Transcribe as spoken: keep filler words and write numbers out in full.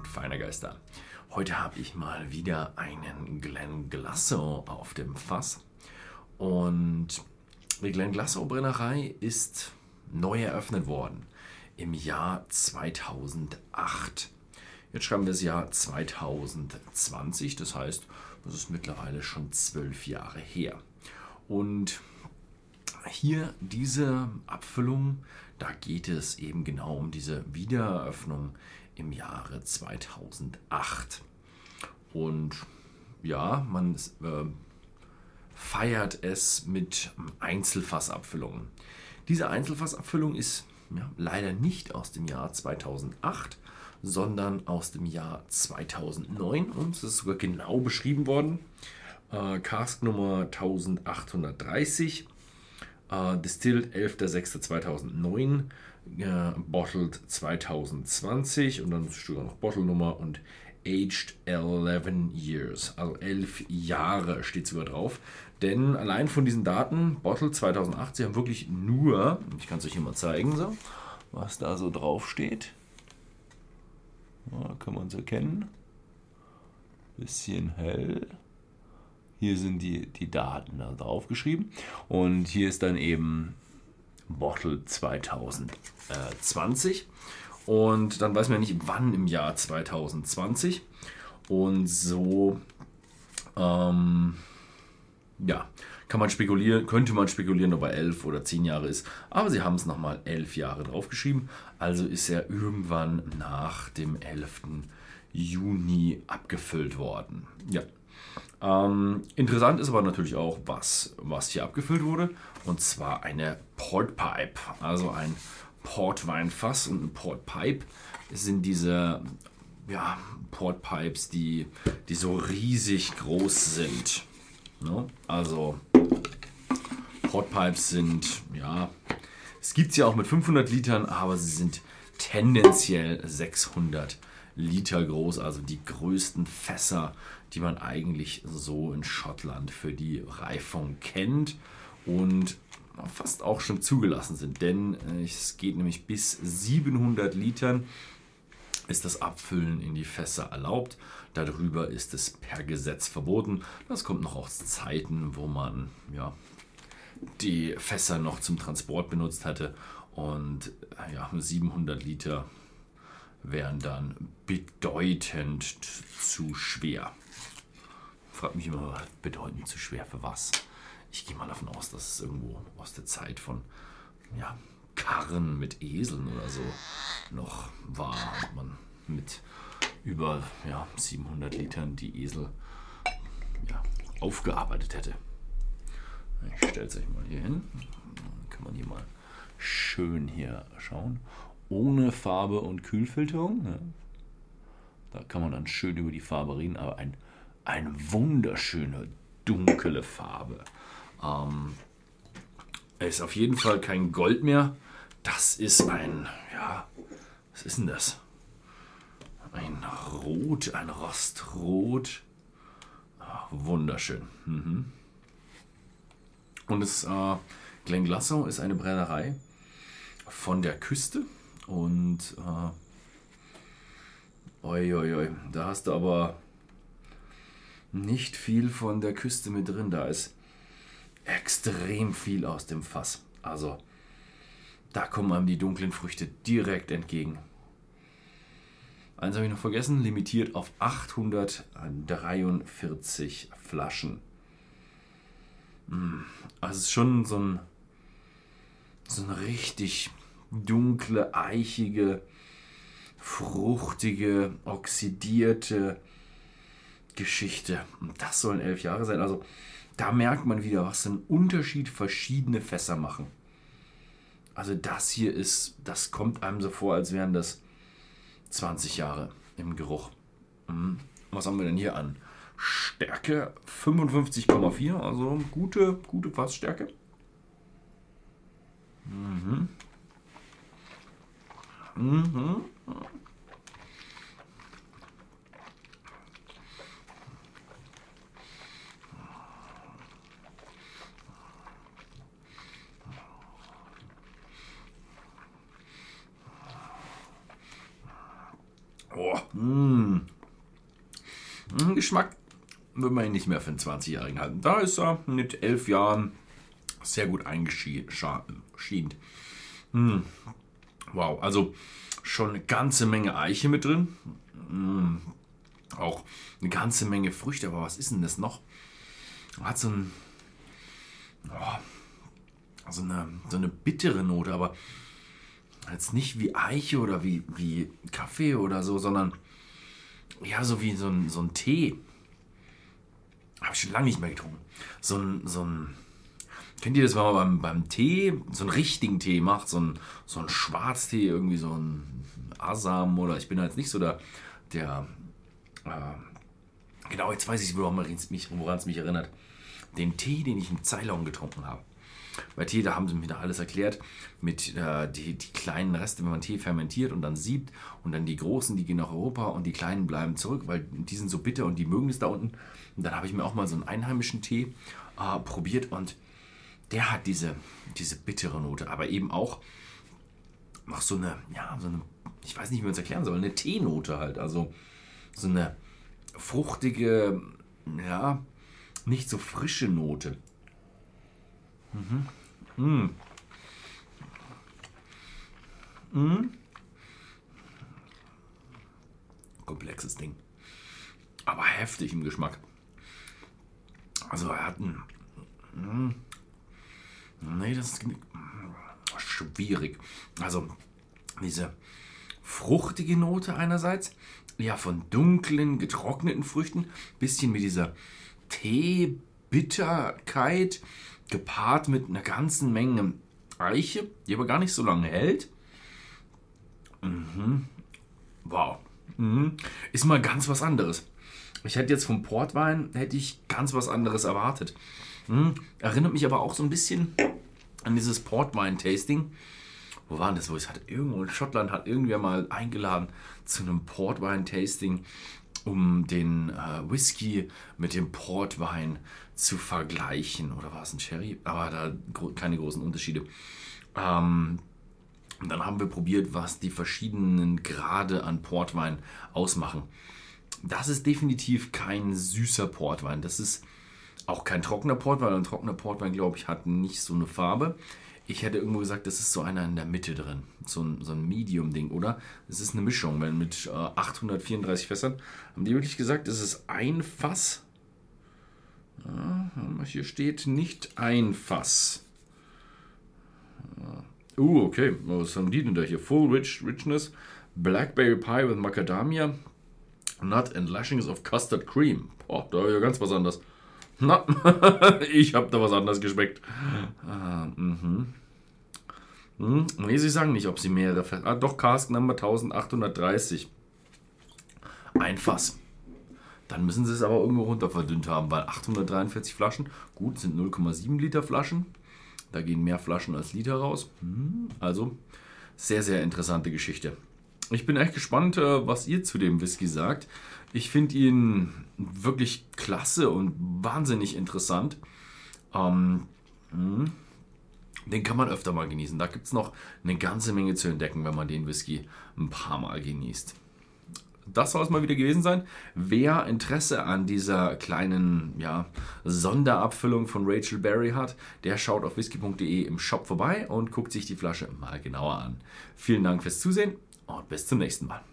feiner Geister. Heute habe ich mal wieder einen Glenglassaugh auf dem Fass. Und die Glenglassaugh Brennerei ist neu eröffnet worden im Jahr zweitausendacht. Jetzt schreiben wir das Jahr zweitausendzwanzig, das heißt, das ist mittlerweile schon zwölf Jahre her. Und hier diese Abfüllung, da geht es eben genau um diese Wiedereröffnung im Jahre zweitausendacht. Und ja, man äh, feiert es mit Einzelfassabfüllungen. Diese Einzelfassabfüllung ist ja, leider nicht aus dem Jahr zweitausendacht, sondern aus dem Jahr zweitausendneun. Und es ist sogar genau beschrieben worden. Äh, Cask Nummer eintausendachthundertdreißig. Uh, distilled elfter sechster zweitausendneun, uh, bottled zweitausendzwanzig und dann steht noch Bottle-Nummer und aged elf years, also elf Jahre steht sogar drauf. Denn allein von diesen Daten, Bottled zweitausendacht, sie haben wirklich nur, ich kann es euch hier mal zeigen, so, was da so drauf steht. Ja, kann man es erkennen. Bisschen hell. Hier sind die, die Daten da drauf geschrieben und hier ist dann eben Bottle zweitausendzwanzig und dann weiß man nicht wann im Jahr zweitausendzwanzig und so ähm, ja, kann man spekulieren, könnte man spekulieren, ob er elf oder zehn Jahre ist, aber sie haben es nochmal elf Jahre drauf geschrieben, also ist er irgendwann nach dem elften Juni abgefüllt worden. Ja. Ähm, interessant ist aber natürlich auch, was, was hier abgefüllt wurde. Und zwar eine Portpipe, also ein Portweinfass. Und ein Portpipe sind diese ja, Portpipes, die, die so riesig groß sind. Ne? Also Portpipes sind, ja, es gibt sie auch mit fünfhundert Litern, aber sie sind tendenziell sechshundert Liter groß, also die größten Fässer, die man eigentlich so in Schottland für die Reifung kennt und fast auch schon zugelassen sind, denn es geht nämlich bis siebenhundert Litern ist das Abfüllen in die Fässer erlaubt, darüber ist es per Gesetz verboten. Das kommt noch aus Zeiten, wo man ja, die Fässer noch zum Transport benutzt hatte und ja, siebenhundert Liter wären dann bedeutend zu schwer. Fragt mich immer, bedeutend zu schwer für was? Ich gehe mal davon aus, dass es irgendwo aus der Zeit von ja, Karren mit Eseln oder so noch war und man mit über ja, siebenhundert Litern die Esel ja, aufgearbeitet hätte. Ich stelle es euch mal hier hin. Dann kann man hier mal schön hier schauen. Ohne Farbe und Kühlfilterung. Ne? Da kann man dann schön über die Farbe reden, aber ein, eine wunderschöne dunkle Farbe. Ähm, ist auf jeden Fall kein Gold mehr. Das ist ein, ja, was ist denn das? Ein Rot, ein Rostrot. Ah, wunderschön. Mhm. Und das äh, Glenglassaugh ist eine Brennerei von der Küste. Und äh, oi, oi, oi, da hast du aber nicht viel von der Küste mit drin. Da ist extrem viel aus dem Fass. Also da kommen einem die dunklen Früchte direkt entgegen. Eins habe ich noch vergessen, limitiert auf achthundertdreiundvierzig Flaschen. Also es ist schon so ein so ein richtig dunkle, eichige, fruchtige, oxidierte Geschichte. Und das sollen elf Jahre sein. Also da merkt man wieder, was für einen Unterschied verschiedene Fässer machen. Also das hier ist, das kommt einem so vor, als wären das zwanzig Jahre im Geruch. Was haben wir denn hier an Stärke? fünfundfünfzig Komma vier, also gute, gute Fassstärke. Mhm. Mhm. Oh, mm. Geschmack würde man ihn nicht mehr für einen zwanzigjährigen halten. Da ist er mit elf Jahren sehr gut eingeschieden. Mm. Wow, also schon eine ganze Menge Eiche mit drin. Mm. Auch eine ganze Menge Früchte, aber was ist denn das noch? Hat so ein... Oh, so eine, so eine bittere Note, aber jetzt nicht wie Eiche oder wie, wie Kaffee oder so, sondern ja, so wie so ein, so ein Tee. Habe ich schon lange nicht mehr getrunken. So ein, so ein, kennt ihr das, wenn man beim, beim Tee so einen richtigen Tee macht, so ein, so ein Schwarztee, irgendwie so ein Asam oder ich bin da jetzt nicht so der, der äh, genau, jetzt weiß ich, woran es mich, woran es mich erinnert. Den Tee, den ich in Ceylon getrunken habe. Bei Tee, da haben sie mir da alles erklärt, mit äh, die, die kleinen Reste, wenn man Tee fermentiert und dann siebt und dann die großen, die gehen nach Europa und die kleinen bleiben zurück, weil die sind so bitter und die mögen es da unten. Und dann habe ich mir auch mal so einen einheimischen Tee äh, probiert und der hat diese, diese bittere Note, aber eben auch noch so eine, ja, so eine, ich weiß nicht, wie man es erklären soll, eine Teenote halt, also so eine fruchtige, ja, nicht so frische Note. Mhm. Mm. Mm. Komplexes Ding. Aber heftig im Geschmack. Also er hat einen... Mm. Nee, das ist schwierig. Also diese fruchtige Note einerseits, ja, von dunklen, getrockneten Früchten, bisschen mit dieser Teebitterkeit, gepaart mit einer ganzen Menge Eiche, die aber gar nicht so lange hält. Mhm. Wow. Mhm. Ist mal ganz was anderes. Ich hätte jetzt vom Portwein, hätte ich ganz was anderes erwartet. Mhm. Erinnert mich aber auch so ein bisschen an dieses Portwein-Tasting. Wo war denn das? Wo ich hatte irgendwo in Schottland hat irgendwer mal eingeladen zu einem Portwein-Tasting, um den äh, Whisky mit dem Portwein zu vergleichen. Oder war es ein Sherry? Aber da gro- keine großen Unterschiede. Ähm, und dann haben wir probiert, was die verschiedenen Grade an Portwein ausmachen. Das ist definitiv kein süßer Portwein. Das ist auch kein trockener Portwein. Ein trockener Portwein, glaube ich, hat nicht so eine Farbe. Ich hätte irgendwo gesagt, das ist so einer in der Mitte drin. So ein, so ein Medium-Ding, oder? Es ist eine Mischung, weil mit äh, achthundertvierunddreißig Fässern haben die wirklich gesagt, es ist ein Fass. Ja, hier steht nicht ein Fass. Uh, okay. Was haben die denn da hier? Full rich, Richness, Blackberry Pie with Macadamia, Nut and Lashings of Custard Cream. Boah, da ist ja ganz was anderes. Na, ich habe da was anderes geschmeckt. Ah, mhm. Hm, nee, sie sagen nicht, ob sie mehrere Fässer... Ah, doch, Cask Number achtausendachthundertdreißig. Ein Fass. Dann müssen sie es aber irgendwo runter verdünnt haben, weil achthundertdreiundvierzig Flaschen, gut, sind null Komma sieben Liter Flaschen. Da gehen mehr Flaschen als Liter raus. Hm, also, sehr, sehr interessante Geschichte. Ich bin echt gespannt, was ihr zu dem Whisky sagt. Ich finde ihn wirklich klasse und wahnsinnig interessant. Ähm, hm. Den kann man öfter mal genießen. Da gibt es noch eine ganze Menge zu entdecken, wenn man den Whisky ein paar Mal genießt. Das soll es mal wieder gewesen sein. Wer Interesse an dieser kleinen ja, Sonderabfüllung von Rachel Berry hat, der schaut auf whisky punkt de im Shop vorbei und guckt sich die Flasche mal genauer an. Vielen Dank fürs Zusehen und bis zum nächsten Mal.